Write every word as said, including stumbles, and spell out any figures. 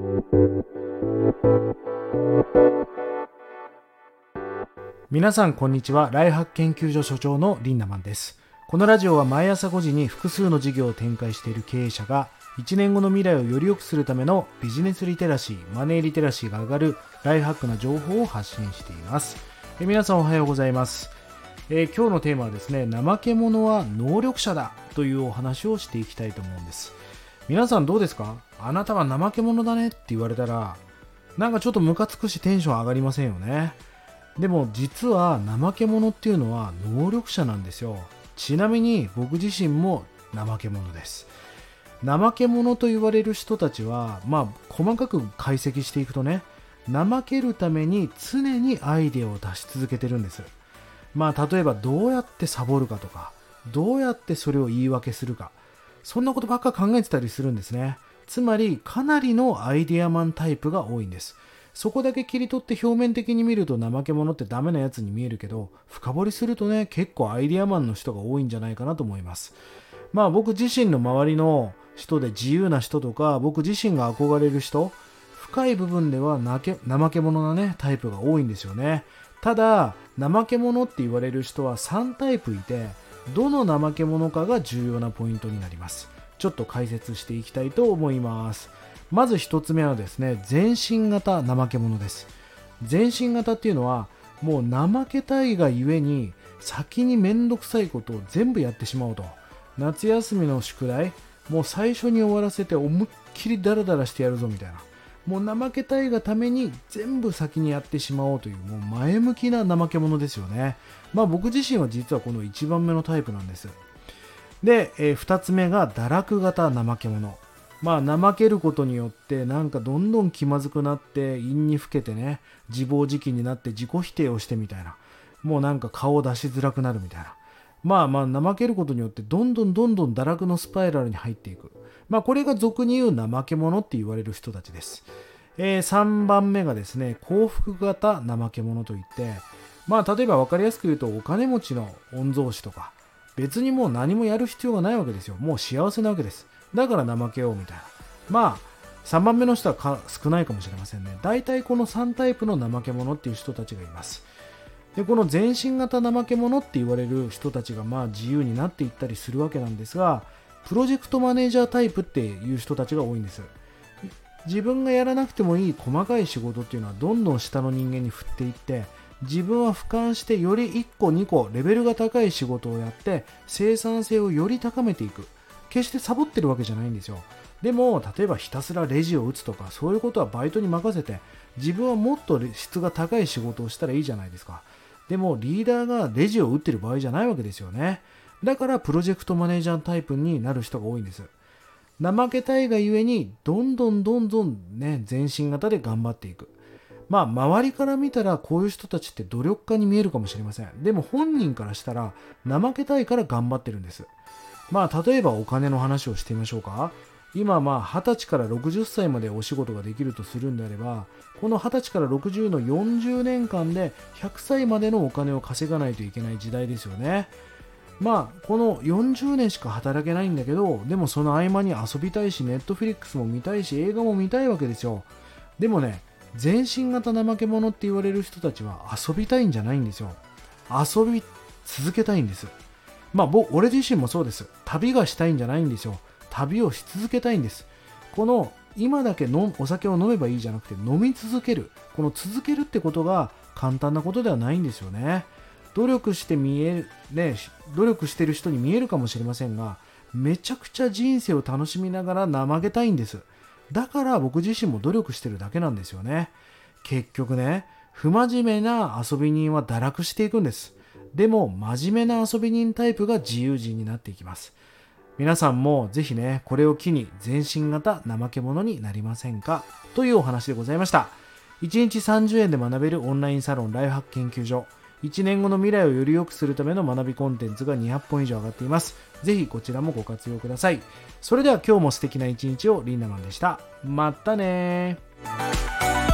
皆さんこんにちは。ライハック研究所所長のリンナマンです。このラジオは毎朝ごじに複数の事業を展開している経営者がいちねんごの未来をより良くするためのビジネスリテラシー、マネーリテラシーが上がるライフハックな情報を発信しています。え皆さんおはようございます。えー、今日のテーマはですね、怠け者は能力者だというお話をしていきたいと思うんです。皆さんどうですか？あなたは怠け者だねって言われたらなんかちょっとムカつくしテンション上がりませんよね。でも実は怠け者っていうのは能力者なんですよ。ちなみに僕自身も怠け者です。怠け者と言われる人たちは、まあ細かく解析していくとね、怠けるために常にアイデアを出し続けてるんです。まあ例えばどうやってサボるかとか、どうやってそれを言い訳するか、そんなことばっか考えてたりするんですね。つまりかなりのアイデアマンタイプが多いんです。そこだけ切り取って表面的に見ると怠け者ってダメなやつに見えるけど、深掘りするとね、結構アイデアマンの人が多いんじゃないかなと思います。まあ僕自身の周りの人で自由な人とか、僕自身が憧れる人、深い部分ではなけ怠け者なねタイプが多いんですよね。ただ怠け者って言われる人はさんタイプいて、どの怠け者かが重要なポイントになります。ちょっと解説していきたいと思います。まず一つ目はですね、全身型怠け者です。全身型っていうのはもう怠けたいがゆえに先にめんどくさいことを全部やってしまおうと。夏休みの宿題もう最初に終わらせて思いっきりダラダラしてやるぞみたいな、もう怠けたいがために全部先にやってしまおうという、もう前向きな怠け者ですよね。まあ僕自身は実はこのいちばんめのタイプなんです。で、えー、ふたつめが堕落型怠け者。まあ怠けることによってなんかどんどん気まずくなって陰にふけてね、自暴自棄になって自己否定をしてみたいな、もうなんか顔を出しづらくなるみたいな、まあまあ怠けることによってどんどんどんどん堕落のスパイラルに入っていく、まあこれが俗に言う怠け者って言われる人たちです。えー、さんばんめがですね、幸福型怠け者といって、まあ例えば分かりやすく言うとお金持ちの御曹司とか、別にもう何もやる必要がないわけですよ。もう幸せなわけです。だから怠けようみたいな。まあさんばんめの人はか少ないかもしれませんね。大体このさんタイプの怠け者っていう人たちがいます。でこの全身型怠け者って言われる人たちがまあ自由になっていったりするわけなんですが、プロジェクトマネージャータイプっていう人たちが多いんです。自分がやらなくてもいい細かい仕事っていうのはどんどん下の人間に振っていって、自分は俯瞰してよりいっこにこレベルが高い仕事をやって生産性をより高めていく。決してサボってるわけじゃないんですよ。でも例えばひたすらレジを打つとか、そういうことはバイトに任せて、自分はもっと質が高い仕事をしたらいいじゃないですか。でもリーダーがレジを打ってる場合じゃないわけですよね。だからプロジェクトマネージャータイプになる人が多いんです。怠けたいがゆえにどんどんどんどんね、全身型で頑張っていく。まあ周りから見たらこういう人たちって努力家に見えるかもしれません。でも本人からしたら怠けたいから頑張ってるんです。まあ例えばお金の話をしてみましょうか。今まあはたちからろくじゅっさいまでお仕事ができるとするんであれば、このはたちからろくじゅうのよんじゅうねんかんでひゃくさいまでのお金を稼がないといけない時代ですよね。まあこのよんじゅうねんしか働けないんだけど、でもその合間に遊びたいし、ネットフリックスも見たいし、映画も見たいわけですよ。でもね、全身型怠け者って言われる人たちは遊びたいんじゃないんですよ。遊び続けたいんです。まあ僕、俺自身もそうです。旅がしたいんじゃないんですよ。旅をし続けたいんです。この今だけのお酒を飲めばいいじゃなくて、飲み続ける。この続けるってことが簡単なことではないんですよね。努力して見える、ね、努力してる人に見えるかもしれませんが、めちゃくちゃ人生を楽しみながら怠けたいんです。だから僕自身も努力してるだけなんですよね。結局ね、不真面目な遊び人は堕落していくんです。でも真面目な遊び人タイプが自由人になっていきます。皆さんもぜひね、これを機に全身型怠け者になりませんかというお話でございました。いちにちさんじゅうえんで学べるオンラインサロンライフハック研究所。いちねんごの未来をより良くするための学びコンテンツがにひゃっぽん以上上がっています。ぜひこちらもご活用ください。それでは今日も素敵な一日を。リンナマンでした。またねー。